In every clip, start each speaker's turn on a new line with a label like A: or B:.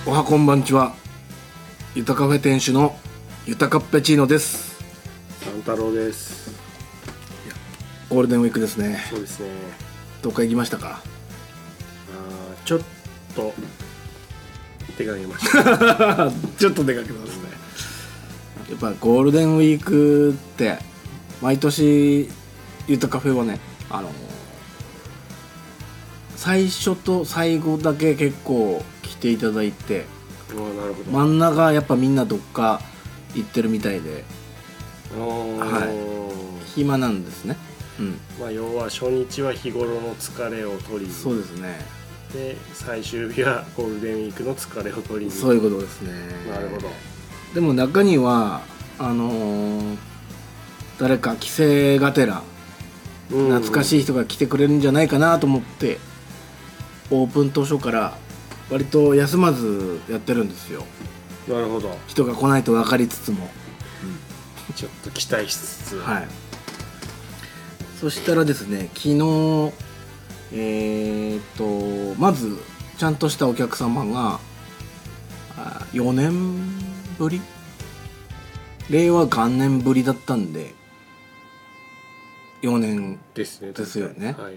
A: おはこんばんちは。ゆたカフェ店主のゆたかっぺチーノです。
B: 三太郎です。
A: ゴールデンウィークですね。
B: そうですね。
A: どっか行きましたか？
B: ちょっと出かけました
A: ちょっと出かけますね。やっぱゴールデンウィークって毎年ゆたカフェはね、最初と最後だけ結構来ていただいて、
B: なるほど。
A: 真ん中やっぱみんなどっか行ってるみたいで、暇なんですね。
B: 要は初日は日頃の疲れを取り、
A: そうですね。
B: で最終日はゴールデンウィークの疲れを取りに。
A: そういうことですね。
B: なるほど。
A: でも中には誰か帰省がてら懐かしい人が来てくれるんじゃないかなと思って、オープン当初から割と休まずやってるんですよ。
B: なるほど。
A: 人が来ないと分かりつつも、
B: ちょっと期待しつつ、
A: はい。そしたらですね、昨日まずちゃんとしたお客様が4年ぶり、令和元年ぶりだったんで4年
B: ですね。
A: ですよね。
B: はい。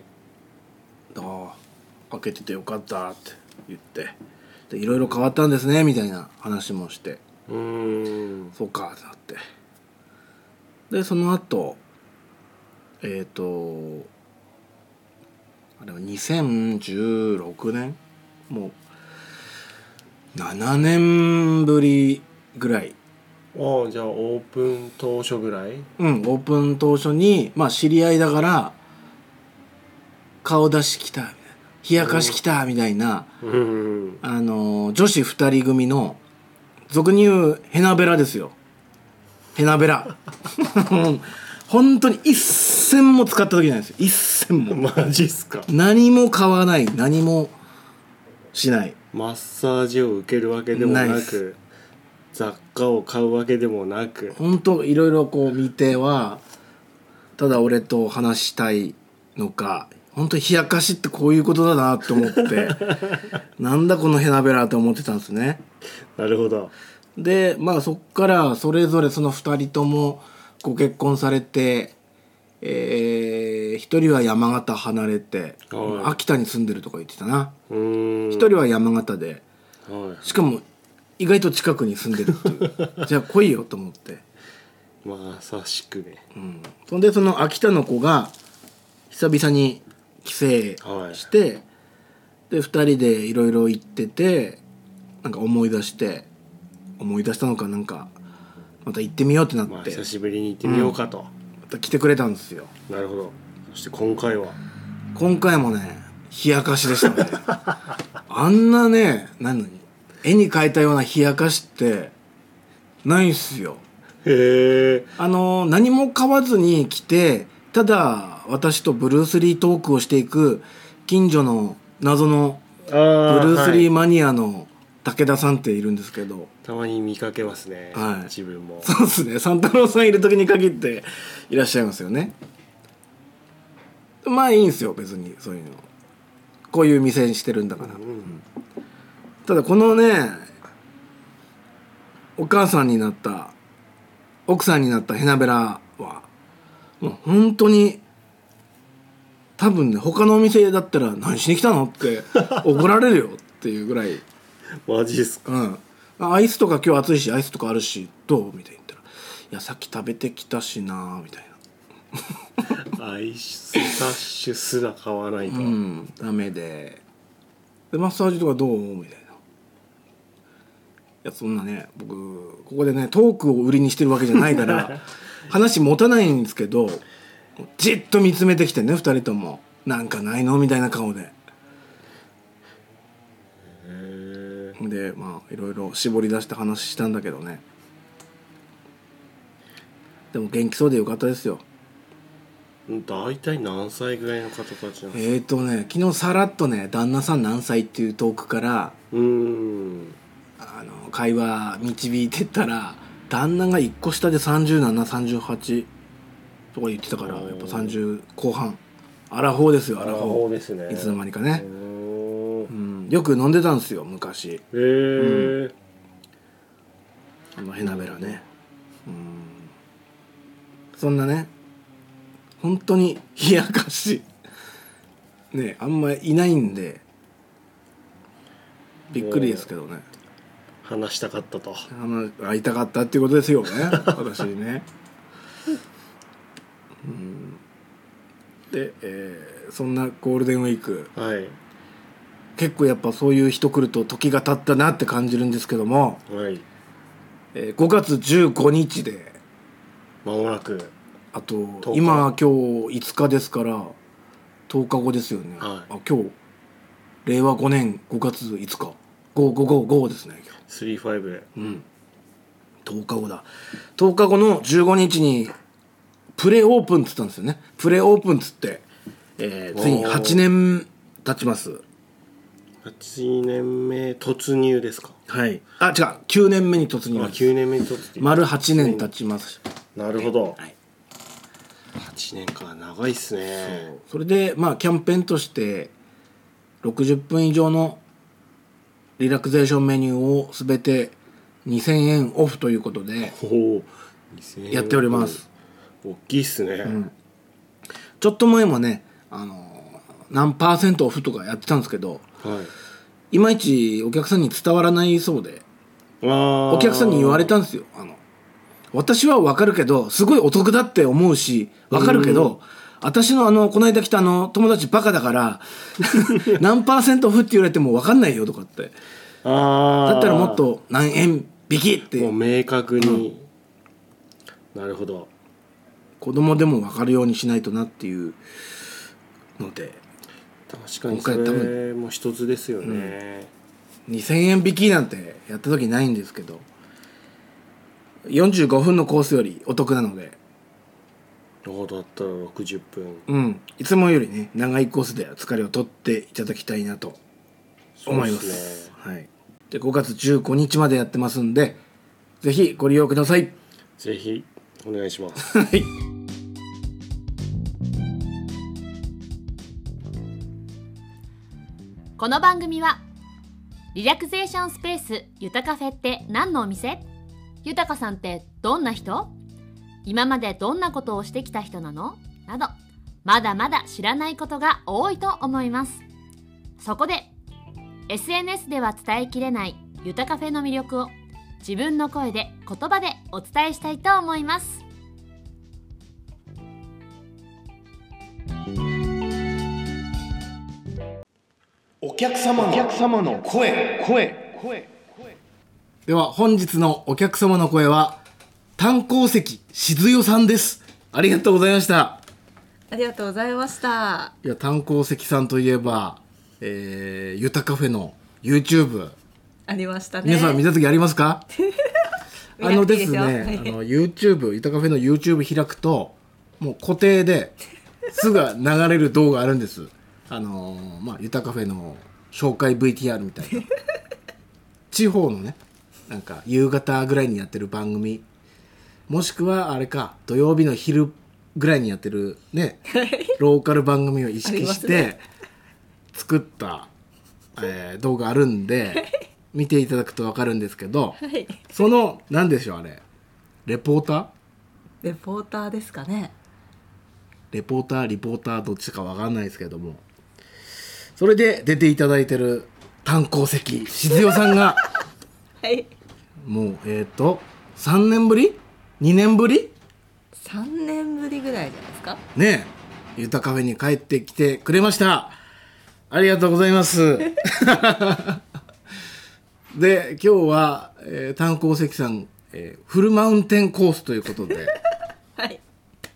A: 開けててよかったって言って、でいろいろ変わったんですねみたいな話もして、そうかってなって、でその後あれは2016年、もう7年ぶりぐらい。
B: じゃあオープン当初ぐらい。
A: オープン当初に知り合いだから顔出し来たみたいな、冷やかし来たみたいな、女子2人組の俗に言うヘナベラですよ。ヘナベラ本当に一銭も使った時ないですよ。一銭も。
B: マジっすか？
A: 何も買わない、何もしない。
B: マッサージを受けるわけでもなく、雑貨を買うわけでもなく、
A: 本当いろいろこう見ては、ただ俺と話したいのか、本当に冷やかしってこういうことだなと思ってなんだこのヘナベラって思ってたんですね。
B: なるほど。
A: でそっからそれぞれその2人ともご結婚されて、1人は山形離れて、秋田に住んでるとか言ってたな。1人は山形で、しかも意外と近くに住んでるっていうじゃあ来いよと思って、
B: まさしくね。
A: そんでその秋田の子が久々に帰省して、で2人でいろいろ行ってて、なんか思い出したのか、なんかまた行ってみようってなって、
B: 久しぶりに行ってみようかと、
A: また来てくれたんですよ。
B: なるほど。そして今回
A: もね、冷やかしでしたねあんなね、絵に描いたような冷やかしってないっすよ。
B: へえ。
A: 何も買わずに来て、ただ私とブルース・リートークをしていく近所の謎のブルース・リーマニアの武田さんっているんですけど、
B: たまに見かけますね、自分も。
A: そうですね、三太郎さんいる時に限っていらっしゃいますよね。いいんですよ別に、そういうのこういう店にしてるんだから、ただこのね、お母さんになった奥さんになったヘナベラはもう本当に多分ね、他のお店だったら何しに来たのって怒られるよっていうぐらい
B: マジっすか？
A: アイスとか今日暑いしアイスとかあるしどうみたいに言ったら、いやさっき食べてきたしなみたい
B: なアイスタッシュすら買わないと、
A: ダメでマッサージとかどうみたいな。いやそんなね、僕ここでねトークを売りにしてるわけじゃないから話持たないんですけど、じっと見つめてきてね、2人ともなんかないのみたいな顔で。でいろいろ絞り出して話したんだけどね、でも元気そうでよかったですよ。
B: 大体何歳ぐらいの方たちなんですか？
A: 昨日さらっとね、旦那さん何歳っていうトークから会話導いてったら、旦那が1個下で3738とか言ってたから、やっぱ30後半。アラフォーですよ、アラフォーですね。いつの間にかね。 よく飲んでたんですよ昔。
B: へえ。
A: ヘナベラね。そんなね本当に冷やかしねあんまりいないんでびっくりですけどね。
B: 話したかったと。
A: 会いたかったっていうことですよね私ね。で、そんなゴールデンウィーク、
B: はい、
A: 結構やっぱそういう人来ると時が経ったなって感じるんですけども、
B: はい、
A: 5月15日で
B: 間もなく
A: あと今日5日ですから10日後ですよね、
B: はい、
A: 今日令和5年5月5日5ですね今日
B: 35。
A: 10日後だ。10日後の15日にプレオープンっつったんですよね。プレオープンっつって、ついに8年経ちます。
B: 8年目突入ですか。
A: はい。違う9年目に突入です。
B: 9年目に突入。
A: 丸8年経ちます。
B: なるほど、
A: はい、
B: 8年か長いっすね。
A: それでまあキャンペーンとして60分以上のリラクゼーションメニューをすべて2000円オフということでやっております。
B: 大きいっすね、
A: ちょっと前もね何%オフとかやってたんですけど、いまいちお客さんに伝わらないそうで、お客さんに言われたんですよ。私は分かるけどすごいお得だって思うし分かるけど、私のこの間来た友達バカだから何%オフって言われても分かんないよとかって、だったらもっと何円引きって
B: もう明確に、なるほど。
A: 子供でも分かるようにしないとなっていうので、
B: 確かにそれも一つですよね、
A: 2000円引きなんてやった時ないんですけど45分のコースよりお得なので、
B: だったら60分、
A: いつもよりね長いコースで疲れを取っていただきたいなと思います。そうですね、はい、で5月15日までやってますんでぜひご利用ください。
B: ぜひお願いします
A: はい。
C: この番組はリラクゼーションスペースゆたカフェって何のお店？ゆたかさんってどんな人？今までどんなことをしてきた人なの？などまだまだ知らないことが多いと思います。そこで SNS では伝えきれないゆたカフェの魅力を自分の声で言葉でお伝えしたいと思います。
A: お客様の声。では本日のお客様の声は炭鉱石静代さんです。ありがとうございました。
D: ありがとうございました。
A: いや炭鉱石さんといえば、ゆたカフェの YouTube
D: ありましたね。
A: 皆さん見た時ありますか？ですね、
D: はい、
A: YouTube ゆたカフェの YouTube 開くともう固定ですぐ流れる動画あるんです。ゆたカフェの紹介 VTR みたいな地方のねなんか夕方ぐらいにやってる番組、もしくはあれか土曜日の昼ぐらいにやってるねローカル番組を意識して作った、動画あるんで見ていただくと分かるんですけど、その何でしょうあれレポータ
D: ーですかね。
A: リポーターどっちか分かんないですけども、それで出ていただいてる炭鉱石静代さんが
D: はい、
A: もう3年ぶり2年ぶり
D: 3年ぶりぐらいじゃないですか
A: ねえゆたカフェに帰ってきてくれました。ありがとうございますで今日は、炭鉱石さん、フルマウンテンコースということで
D: はい、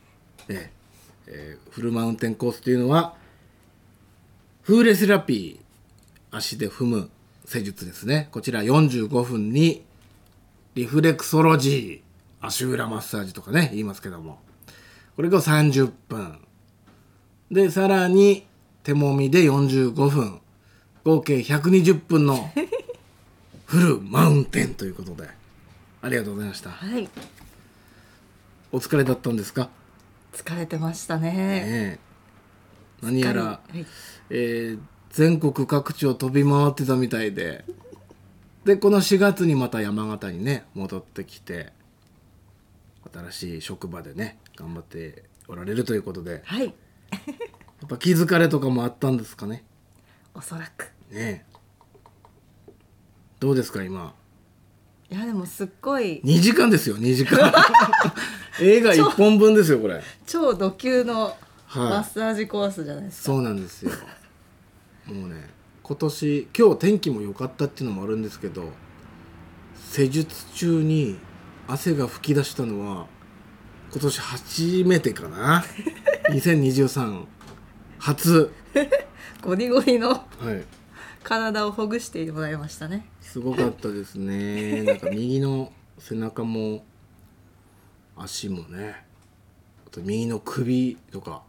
A: フルマウンテンコースというのはフーレセラピー足で踏む施術ですね。こちら45分にリフレクソロジー足裏マッサージとかね言いますけども、これが30分でさらに手もみで45分合計120分のフルマウンテンということでありがとうございました。
D: はい、
A: お疲れだったんですか？
D: 疲れてましたね。
A: 何やら、 全国各地を飛び回ってたみたいで、でこの4月にまた山形にね戻ってきて、新しい職場でね頑張っておられるということで、
D: はい
A: やっぱ気づかれとかもあったんですかね。
D: おそらく。
A: ねえ、どうですか今。
D: いやでもすっごい
A: 2時間ですよ、2時間映画1本分ですよこれ。
D: 超ド級の
A: はい
D: マッサージコースじゃないですか。
A: そうなんですよ。もうね、今日天気も良かったっていうのもあるんですけど、施術中に汗が噴き出したのは今年初めてかな2023初
D: ゴリゴリの
A: はい、
D: 体をほぐしてもらいましたね。
A: すごかったですね。なんか右の背中も足もね、あと右の首とか、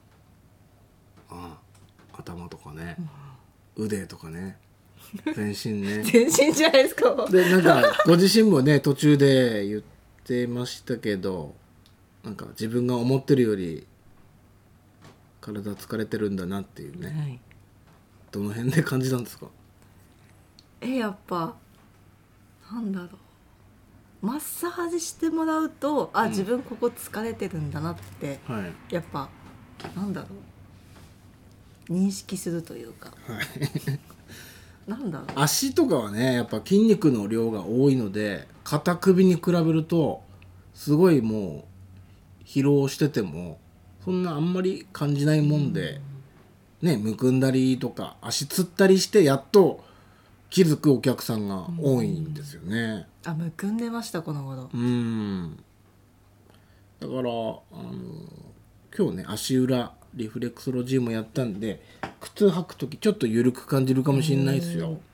A: 頭とかね、腕とかね、全身ね
D: 全身じゃないですか。もう
A: でなんかご自身もね途中で言ってましたけど、なんか自分が思ってるより体疲れてるんだなっていうね、
D: はい、
A: どの辺で感じたんですか。
D: やっぱなんだろう、マッサージしてもらうと自分ここ疲れてるんだなって、
A: はい、
D: やっぱなんだろう、認識するというか、
A: はい
D: なんだろう、
A: 足とかはねやっぱ筋肉の量が多いので、肩首に比べるとすごいもう疲労しててもそんなあんまり感じないもんで、ね、むくんだりとか足つったりしてやっと気づくお客さんが多いんですよね。
D: むくんでましたこの頃。
A: だから今日ね足裏リフレクソロジーもやったんで、靴履く時ちょっと緩く感じるかもしれないですよ。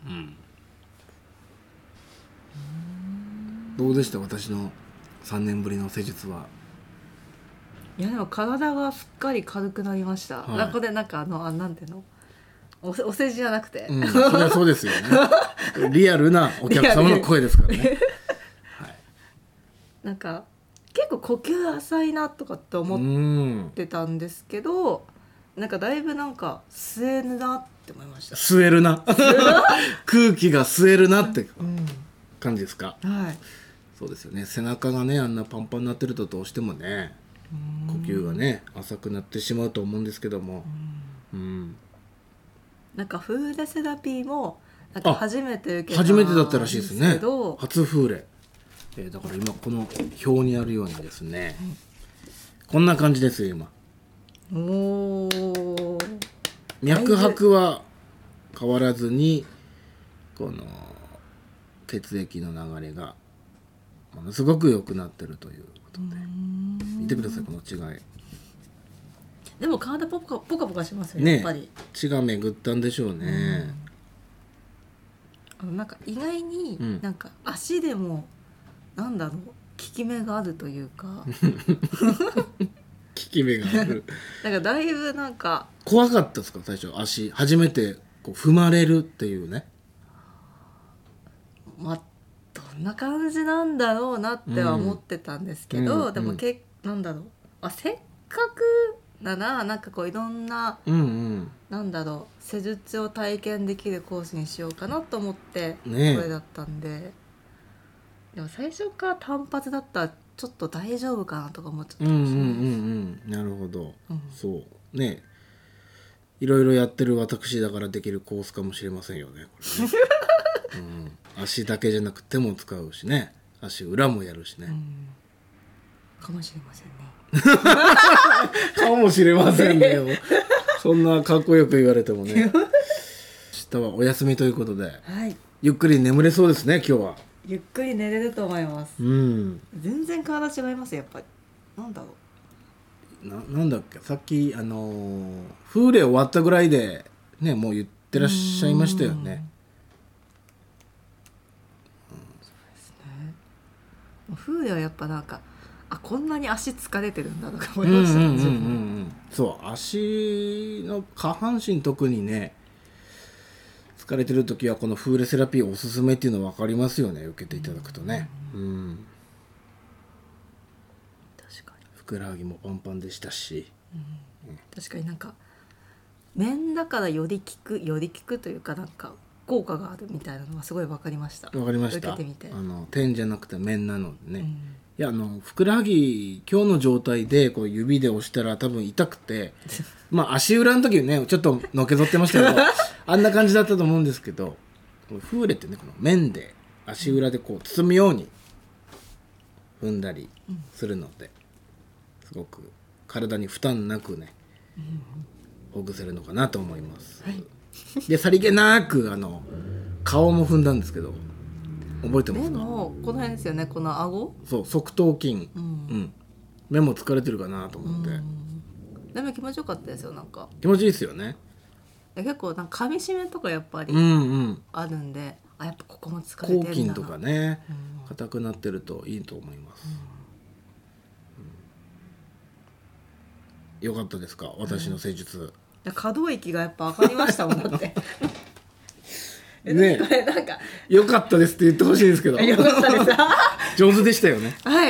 A: どうでした私の3年ぶりの施術は。
D: いやでも体がすっかり軽くなりました、
A: はい、
D: これなんかなんていうの、お世辞じゃなくて、
A: それはそうですよねリアルなお客様の声ですからねはい、
D: なんか結構呼吸浅いなとかって思ってたんですけど、なんかだいぶなんか吸えるなって思いました。
A: 吸えるな空気が吸えるなって感じですか。
D: はい、
A: そうですよね。背中がねあんなパンパンになってるとどうしてもね呼吸がね浅くなってしまうと思うんですけども、
D: なんかフーレセラピーもなんか初めて受けた
A: 初めてだったらしいですね。
D: ど
A: 初フーレ、だから今この表にあるようにですね、こんな感じですよ今。
D: おー、
A: 脈拍は変わらずにこの血液の流れがものすごく良くなってるということで、見てくださいこの違い。
D: でも体ポカポカしますよね、やっぱり
A: 血が巡ったんでしょうね。
D: なんか意外になんか足でもなんだろう、効き目があるというか
A: 効き目がある
D: なんかだいぶなんか
A: 怖かったですか最初。足初めてこう踏まれるっていうね。
D: どんな感じなんだろうなっては思ってたんですけど、でもなんだろう、せっかくだな、なんかこういろんな、なんだろう、施術を体験できるコースにしようかなと思ってこれだったんで、でも最初から単発だったらちょっと大丈夫かなとか思っちゃったかもしれないです。
A: なるほど、そうね、いろいろやってる私だからできるコースかもしれませんよねこれね足だけじゃなくても使うしね、足裏もやるしね、
D: かもしれませんね
A: かもしれませんねそんなかっこよく言われてもね明日はお休みということで、ゆっくり眠れそうですね今日は。
D: ゆっくり寝れると思います。全然体違いますやっぱり。なんだろ
A: う、なんだっけ、さっきフーレ終わったぐらいでねもう言ってらっしゃいましたよね。
D: そうですね。フーレはやっぱなんかこんなに足疲れてるんだとか思いましたね。
A: そう足の下半身特にね疲れてる時はこのフーレセラピーおすすめっていうの分かりますよね、受けていただくとね。
D: 確かに
A: ふくらはぎもパンパンでしたし、
D: 確かになんか面だからより効くというかなんか効果があるみたいなのがすごい分かりました。
A: わかりました。
D: 受けてみて
A: 点じゃなくて面なのでね、いやふくらはぎ今日の状態でこう指で押したら多分痛くてまあ足裏の時ねちょっとのけぞってましたけどあんな感じだったと思うんですけど、フーレってねこの面で足裏でこう包むように踏んだりするので、すごく体に負担なくね、ほぐせるのかなと思います、はい、でさりげなく顔も踏んだんですけど覚えてますか？
D: 目もこの辺ですよね、この顎、
A: そう側頭筋、目も疲れてるかなと思って、
D: でも気持ちよかったですよ。なんか
A: 気持ちいいですよね。
D: 結構なんか噛み締めとかやっぱりあるんで、やっぱここも疲れてるんだな。
A: 抗筋とかね硬くなってるといいと思います、よかったですか私の施術、
D: 可動域がやっぱ分かりましたもんだって
A: ね
D: これなんか
A: よかったですって言ってほしいですけど
D: よかったです
A: 上手でしたよね。
D: はい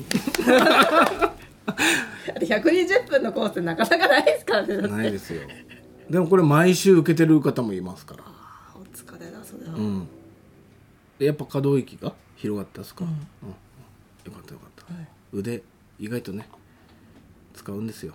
D: 、120分のコースなかなかないですからね。
A: ないですよ。でもこれ毎週受けてる方もいますから。
D: お疲れだそれは、
A: やっぱ可動域が広がったですか、よかったよかった、腕意外とね使うんですよ、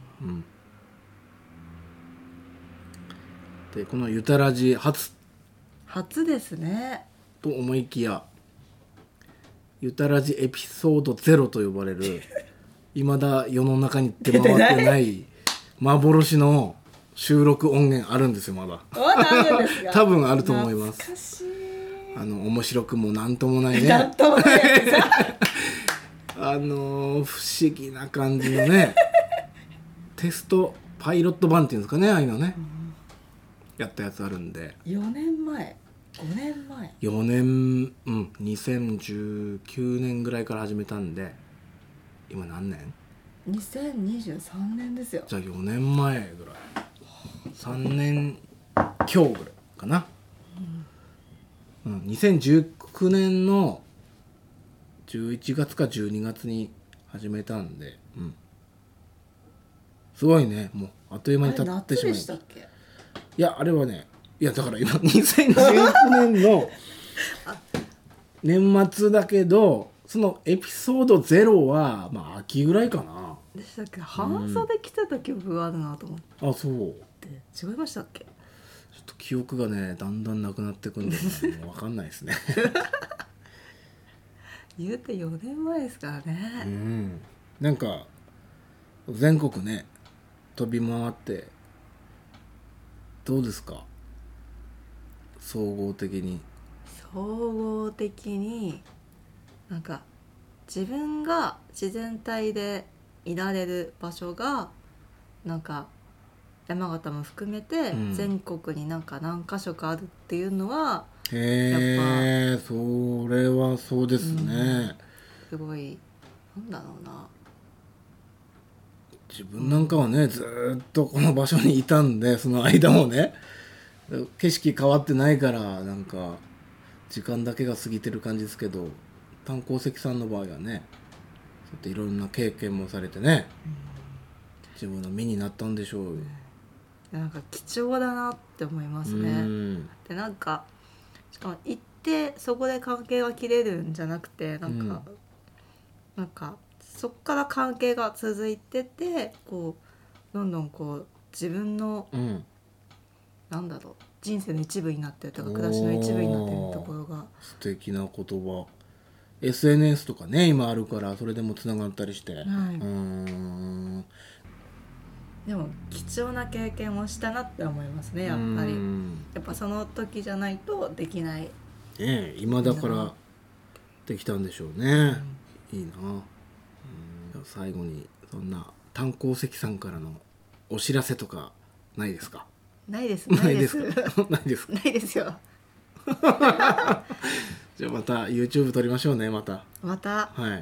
A: でこのゆたらじ初
D: ですね
A: と思いきやゆたらじエピソード0と呼ばれる未だ世の中に出回ってない幻の収録音源あるんですよ。まだ多分あると思います。
D: 懐かしい。
A: 面白くもなんともないね
D: なんともない
A: 不思議な感じのねテストパイロット版っていうんですかね、ああいうのね、やったやつあるんで
D: 4年前5年前
A: 4年2019年ぐらいから始めたんで今何年
D: ？2023年ですよ。
A: じゃあ4年前ぐらい3年今日ぐらいかな、2019年の11月か12月に始めたんで、すごいね、もうあっという間に経ってしまいました。
D: 夏でしたっけ？
A: いやあれはね、いやだから今2019年の年末だけどそのエピソード0はまあ秋ぐらいかな。
D: でしたっけ？半袖着てた記憶があるなと思って、
A: あ、そう
D: 違いましたっけ？
A: ちょっと記憶がねだんだんなくなってくんで、ね、もう分かんないですね
D: 言うて4年前ですからね、
A: なんか全国ね飛び回ってどうですか、総合的に
D: なんか自分が自然体でいられる場所がなんか山形も含めて全国になんか何か所かあるっていうのは、
A: やっぱそれはそうですね、
D: すごいなんだろうな、
A: 自分なんかはねずっとこの場所にいたんで、その間もね景色変わってないからなんか時間だけが過ぎてる感じですけど、炭鉱石さんの場合はねそうやっていろんな経験もされてね、自分の身になったんでしょうよ。
D: なんか貴重だなって思いますね。でなんかしかも行ってそこで関係が切れるんじゃなくてなんかそこから関係が続いててこうどんどんこう自分の、なんだろう人生の一部になってるとか暮らしの一部になってるところが
A: 素敵な言葉。 SNS とかね今あるからそれでもつながったりして、
D: でも貴重な経験をしたなって思いますね、やっぱり。やっぱその時じゃないとできない、
A: 今だからできたんでしょうね、いいな。最後にそんな炭鉱石さんからのお知らせとかないですか？
D: ないです
A: ないです
D: ないですよ
A: じゃあまた YouTube 撮りましょうね。また
D: はい、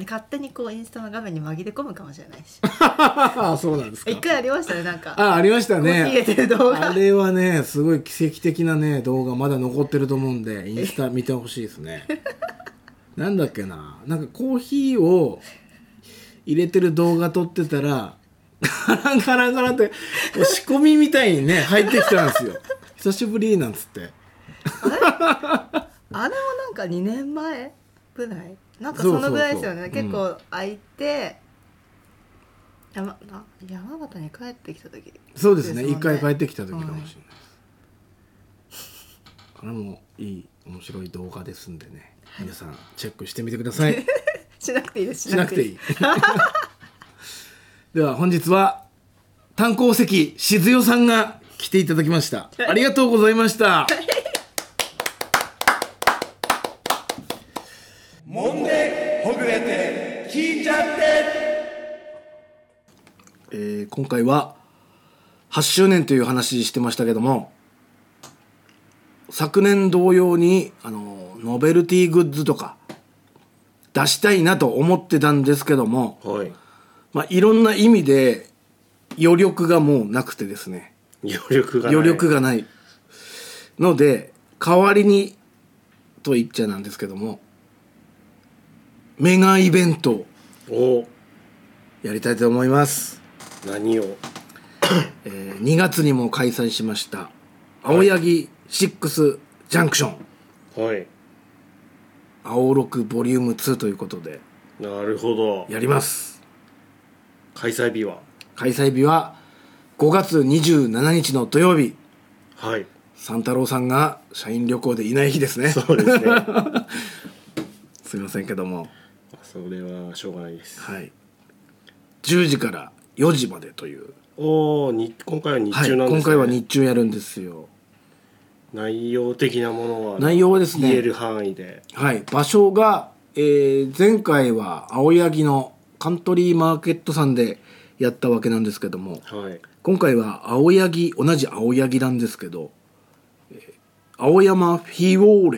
D: 勝手にこうインスタの画面に紛れ込むかもしれないし
A: そうなんですか。
D: 一回ありましたね、なんか
A: ありましたね。
D: 消えてる動画
A: あれはねすごい奇跡的なね動画まだ残ってると思うんでインスタ見てほしいですねなんだっけな、なんかコーヒーを入れてる動画撮ってたらカランカランカランって仕込みみたいにね入ってきたんですよ。久しぶりなんつって。
D: あれもなんか2年前ぐらいなんかそのぐらいですよね。結構空いて、山形に帰ってきた時、
A: そうですね、一回帰ってきた時かもしれないです、あれもいい面白い動画ですんでね、皆さんチェックしてみてください。
D: しなくていいです。
A: しなくていい。では本日は炭鉱石静代さんが来ていただきました。ありがとうございました。
E: もんでほぐれて聞いちゃって。
A: 今回は8周年という話してましたけども、昨年同様にノベルティグッズとか出したいなと思ってたんですけども、
B: はい、
A: いろんな意味で余力がもうなくてですね、
B: 余力
A: がないので、代わりにと言っちゃなんですけども、メガイベントをやりたいと思います。
B: 何を
A: 2月にも開催しました青柳6ジャンクション、
B: はい、
A: 青6ボリューム2ということで、
B: なるほど、
A: やります。
B: 開催日は
A: 5月27日の土曜日、
B: はい、
A: 三太郎さんが社員旅行でいない日ですね。
B: そうですね。
A: すいませんけども、
B: それはしょうがないです。
A: はい、10時から4時までという。
B: 今回は日中なんですね。
A: 今回は日中やるんですよ。
B: 内容的なものは
A: 内容はですね、
B: 言える範囲で、
A: はい、場所が、前回は青柳のカントリーマーケットさんでやったわけなんですけども、
B: はい、
A: 今回は同じ青柳なんですけど、青山フィオ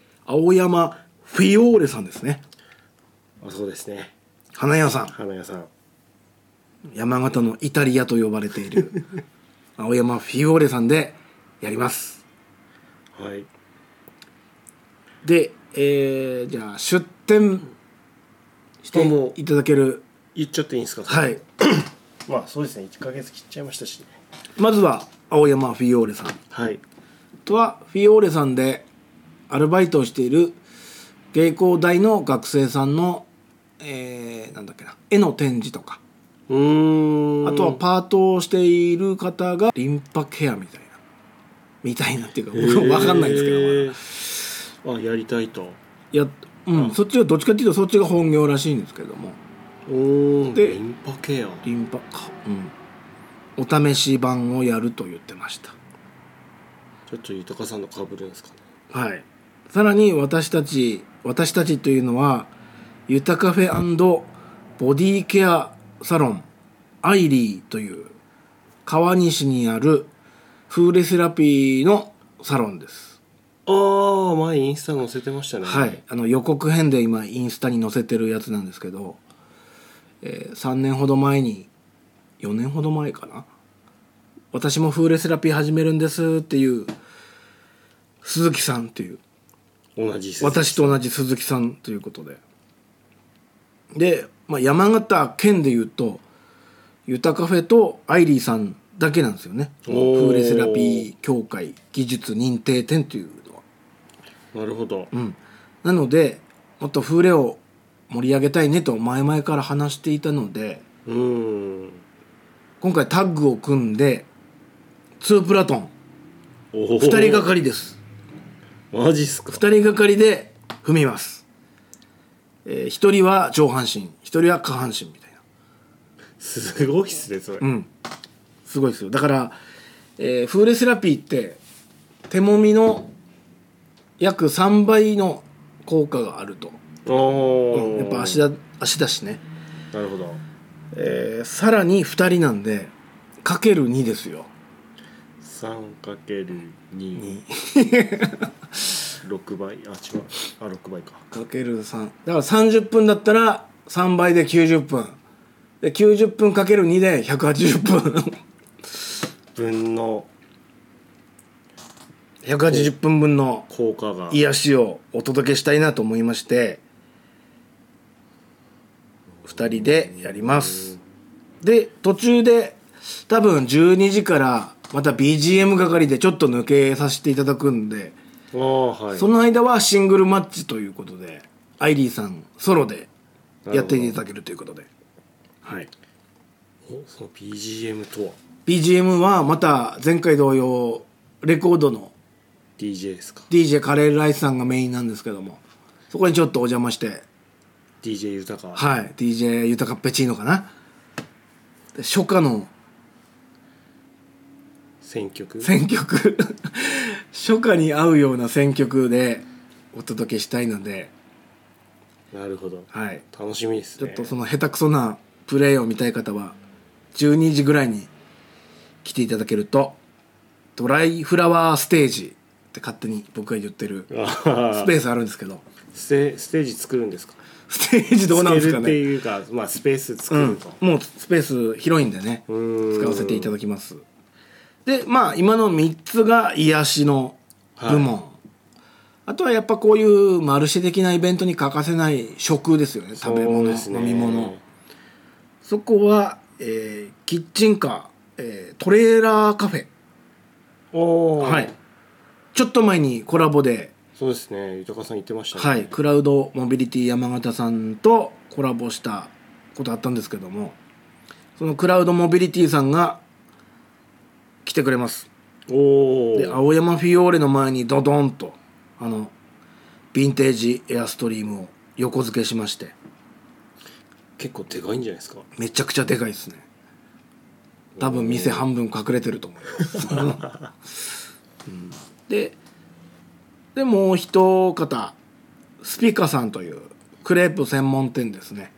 A: ーレさんですね。
B: そうですね、
A: 花屋さん、山形のイタリアと呼ばれている青山フィオーレさんでやります。
B: はい。
A: で、じゃあ出店していただける。
B: 言っちゃっていいんですか。
A: はい。
B: まあそうですね、1ヶ月切っちゃいましたしね。
A: まずは青山フィオーレさん、
B: はい、
A: とはフィオーレさんでアルバイトをしている芸工大の学生さんの、なんだっけな、絵の展示とか、あとはパートをしている方がリンパケアみたいなっていうか、僕も分かんないんですけど、
B: やりたいと
A: そっちはどっちかっていうとそっちが本業らしいんですけども、
B: でリンパケア、
A: お試し版をやると言ってました。
B: ちょっと豊さんの被るんですかね。
A: はい。さらに私たちというのはゆたカフェ&ボディケアサロンアイリーという川西にあるフーレセラピーのサロンです。
B: 前インスタ載せてましたね。
A: はい、予告編で今インスタに載せてるやつなんですけど、3年ほど前に4年ほど前かな、私もフーレセラピー始めるんですっていう鈴木さんっていう、私と同じ鈴木さんということで、山形県でいうとゆたカフェとアイリーさんだけなんですよね。フーレセラピー協会技術認定店というのは。
B: なるほど、
A: なのでもっとフーレを盛り上げたいねと前々から話していたので、今回タッグを組んで2プラトン2人がかりです。
B: マジっすか。
A: 2人がかりで踏みます。1人は上半身、1人は下半身みたいな。
B: すごいっすねそれ。
A: すごいですよ。だから、フーレセラピーって手もみの約3倍の効果があると。やっぱ足だしね。
B: なるほど。
A: さらに2人なんでかける2ですよ。
B: 3×2 6倍、6倍か。
A: かける3だから30分だったら3倍で90分で、90分かける2で180分
B: 分の
A: 180分分の
B: 効果が
A: 癒しをお届けしたいなと思いまして2人でやります。 で途中で多分12時からまた BGM 係でちょっと抜けさせていただくんで、
B: はい、
A: その間はシングルマッチということでアイリーさんソロでやっていただけるということで、はい、
B: その BGM とは
A: BGM はまた前回同様レコードの
B: DJ ですか。
A: DJ カレーライスさんがメインなんですけども、そこにちょっとお邪魔して
B: DJ 豊か、
A: はい、DJ 豊かペチーノかな、で初夏の
B: 選曲
A: 初夏に合うような選曲でお届けしたいので、
B: なるほど、
A: はい、
B: 楽しみですね。
A: ちょっとその下手くそなプレイを見たい方は12時ぐらいに来ていただけると、ドライフラワーステージって勝手に僕が言ってるスペースあるんですけど、
B: ステージ作るんですか。
A: ステージどうなんですかね。
B: っていうか、まあ、スペース作ると、
A: もうスペース広いんでね使わせていただきます。でまあ今の3つが癒しの部門、あとはやっぱこういうマルシェ的なイベントに欠かせない食ですよね。食べ物、飲み物。そこは、キッチンカー、トレーラーカフェ、はい、ちょっと前にコラボで、
B: そうですね、豊さん言ってましたね、
A: はい、クラウドモビリティ山形さんとコラボしたことあったんですけども、そのクラウドモビリティさんが来てくれます。で青山フィオーレの前にドドンとヴィンテージエアストリームを横付けしまして、
B: 結構でかいんじゃないですか。
A: めちゃくちゃでかいですね。多分店半分隠れてると思います、でもう一方スピカさんというクレープ専門店ですね。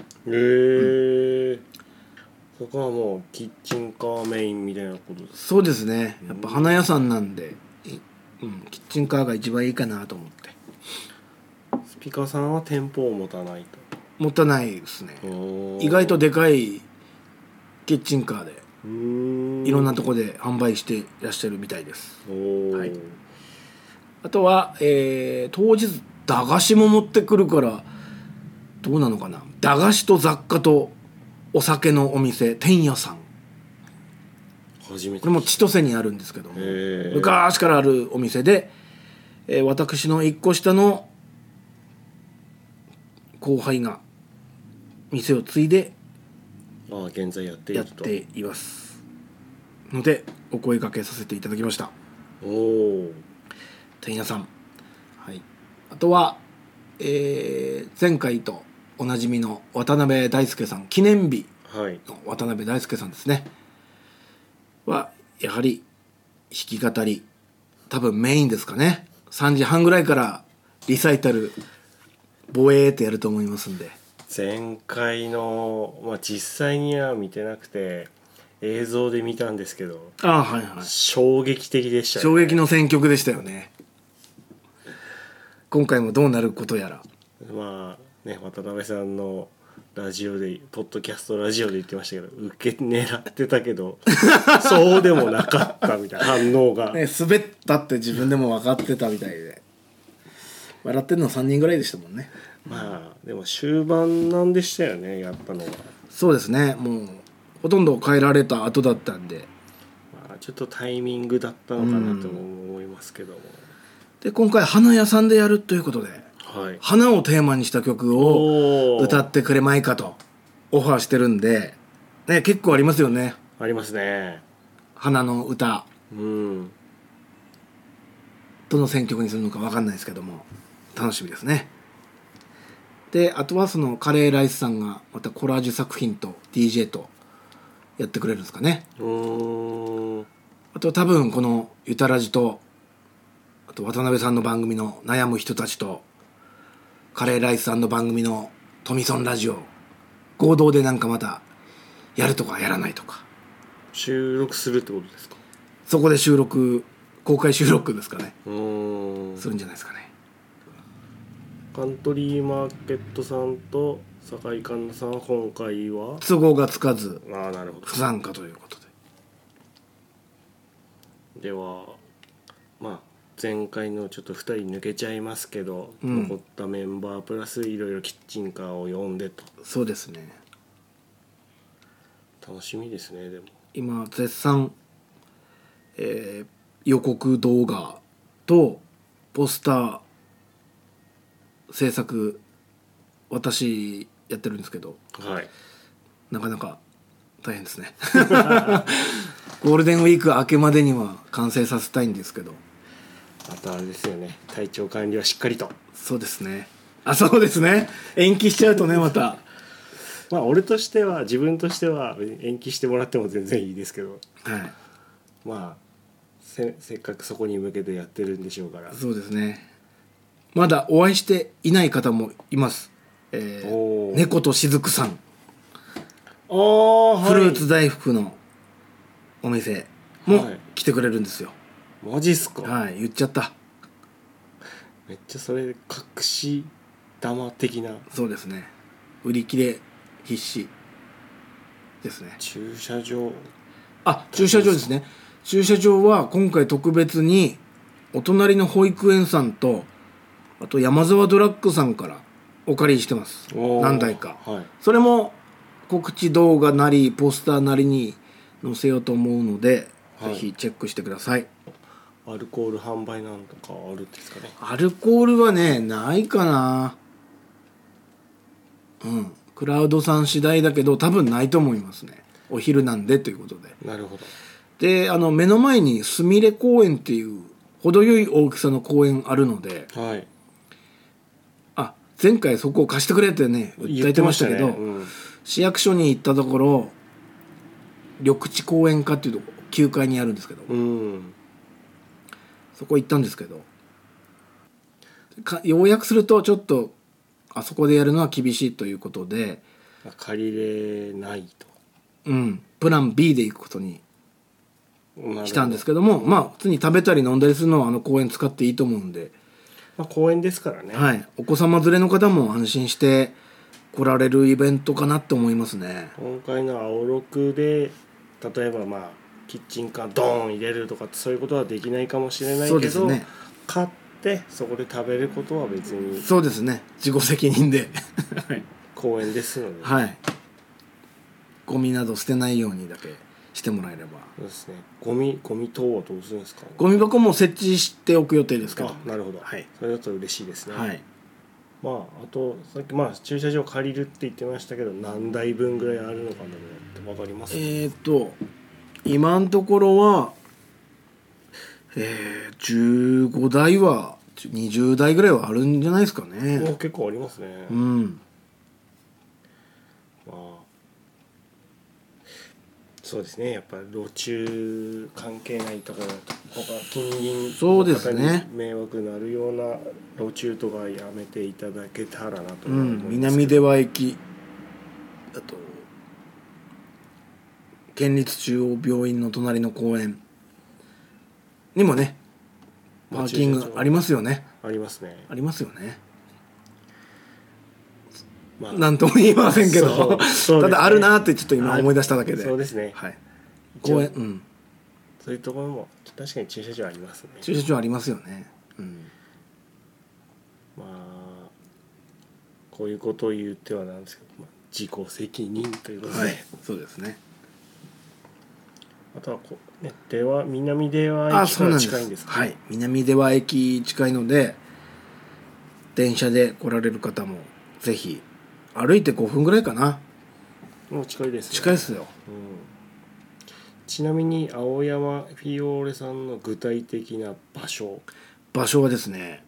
B: そこはもうキッチンカーメインみたいなことですか。
A: そうですね、やっぱ花屋さんなんで、キッチンカーが一番いいかなと思って。
B: スピカさんは店舗を持たないと。
A: 持たないですね。意外とでかいキッチンカーでいろんなとこで販売していらっしゃるみたいです。はい、あとは、当日駄菓子も持ってくるからどうなのかな。駄菓子と雑貨とお酒のお店天屋さん、
B: 初めて。
A: これも千歳にあるんですけども、昔からあるお店で、私の1個下の後輩が店を継いで
B: 現在やって
A: いますのでお声掛けさせていただきました。天屋さん、はい、あとは、前回とおなじみの渡辺大輔さん、記念日の渡辺大輔さんですね、はやはり弾き語り多分メインですかね。3時半ぐらいからリサイタルボエーってやると思いますんで。
B: 前回の、実際には見てなくて映像で見たんですけど、
A: はいはい、
B: 衝撃的でしたね。
A: 衝撃の選曲でしたよね。今回もどうなることやら。
B: 渡辺さんのラジオでポッドキャストラジオで言ってましたけど、受け狙ってたけどそうでもなかったみたいな反応が、
A: 滑ったって自分でも分かってたみたいで笑ってるの3人ぐらいでしたもんね。
B: でも終盤なんでしたよね、やったのは。
A: そうですね、もうほとんど変えられた後だったんで、
B: ちょっとタイミングだったのかなと思いますけども、
A: で今回花屋さんでやるということで、花をテーマにした曲を歌ってくれまいかとオファーしてるんで、結構ありますよね。
B: ありますね、
A: 花の歌。どの選曲にするのか分かんないですけども楽しみですね。であとはそのカレーライスさんがまたコラージュ作品と DJ とやってくれるんですかね。あと多分このゆたらじと、あと渡辺さんの番組の悩む人たちとカレーライスさんの番組のトミソンラジオ合同でなんかまたやるとかやらないとか
B: 収録するってことですか。
A: そこで公開収録ですかね、するんじゃないですかね。
B: カントリーマーケットさんと酒井環奈さんは今回は
A: 都合がつかず
B: なるほど、
A: 不参加ということ
B: では前回のちょっと2人抜けちゃいますけど、残ったメンバープラスいろいろキッチンカーを呼んでと。
A: そうですね。
B: 楽しみですね。でも
A: 今絶賛、予告動画とポスター制作私やってるんですけど、
B: はい、
A: なかなか大変ですねゴールデンウィーク明けまでには完成させたいんですけど、
B: あとあれですよね、体調管理はしっかりと。
A: そうですね、そうですね、延期しちゃうとねまた
B: まあ俺としては、自分としては延期してもらっても全然いいですけど、
A: はい、
B: まあせっかくそこに向けてやってるんでしょうから。
A: そうですね。まだお会いしていない方もいます、猫としずくさん、
B: はい、
A: フルーツ大福のお店も来てくれるんですよ。
B: マジっすか。
A: はい、言っちゃった。
B: めっちゃそれ隠し玉的な。
A: そうですね、売り切れ必至ですね。
B: 駐車場
A: ですね。駐車場は今回特別にお隣の保育園さんと、あと山沢ドラッグさんからお借りしてます、何台か、
B: はい、
A: それも告知動画なりポスターなりに載せようと思うので、ぜひチェックしてください。
B: アルコール販売なんとかあるんですかね。
A: アルコールはねないかな。クラウドさん次第だけど多分ないと思いますね、お昼なんでということで。
B: なるほど。
A: で目の前にすみれ公園っていう程よい大きさの公園あるので、
B: はい、
A: 前回そこを貸してくれってね訴えてましたけど、市役所に行ったところ緑地公園課っていうとこ9階にあるんですけど、そこ行ったんですけど、要約するとちょっとあそこでやるのは厳しいということで
B: 借りれないと、
A: プラン B で行くことにしたんですけども、普通に食べたり飲んだりするのは公園使っていいと思うんで、
B: 公園ですからね、
A: はい、お子様連れの方も安心して来られるイベントかなって思いますね。
B: 今回の青六で例えばキッチンカードーン入れるとかそういうことはできないかもしれないけど、そうですね、買ってそこで食べることは別に、
A: そうですね、自己責任で
B: 公園ですので、
A: はい、ゴミなど捨てないようにだけしてもらえれば。
B: そうですね。ゴミ等はどうするんですか。
A: ゴミ箱も設置しておく予定ですけど。
B: なるほど、はい、それだと嬉しいですね。
A: はい、
B: あとさっき駐車場借りるって言ってましたけど、何台分ぐらいあるのかなって分かります？
A: 今のところは、15台は20台ぐらいはあるんじゃないですかね。
B: 結構ありますね。そうですね、やっぱり路中関係ないところとか近隣の方に迷惑になるような路中とかやめていただけたらなと思います。
A: 南出羽駅だと県立中央病院の隣の公園にもねパーキングありますよね。
B: ありますね。
A: ありますよね。なんとも言いませんけど、ただあるなってちょっと今思い出しただけで。
B: そうですね。
A: はい。公園、
B: そういうところも確かに駐車場ありますね。
A: 駐車場ありますよね。
B: こういうことを言ってはなんですけど、自己責任ということで、
A: そうですね。
B: あとは南出羽駅から近いんですか？
A: はい、南出羽駅近いので、電車で来られる方もぜひ。歩いて5分ぐらいかな。
B: もう近いですね。
A: 近いですよ。
B: ちなみに青山フィオーレさんの具体的な場所
A: はですね、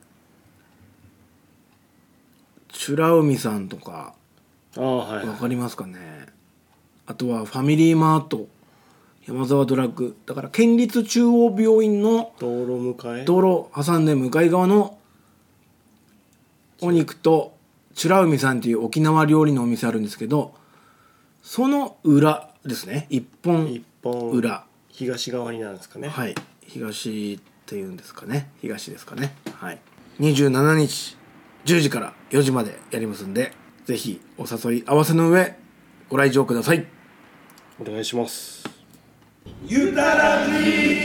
A: 美ら海さんとかわかりますかね。あとはファミリーマート、山沢ドラッグ、だから県立中央病院の道路挟んで向かい側のお肉と美ら海さんっていう沖縄料理のお店あるんですけど、その裏ですね、一本裏、
B: 東側になるんですかね。
A: はい、東っていうんですかね、東ですかね。はい、27日10時から4時までやりますんで、ぜひお誘い合わせの上ご来場ください。
B: お願いします。
E: ゆたらじ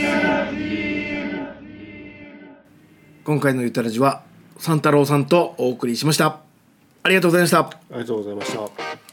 A: 今回のゆたらじは三太郎さんとお送りしました。ありがとうございました。
B: ありがとうございました。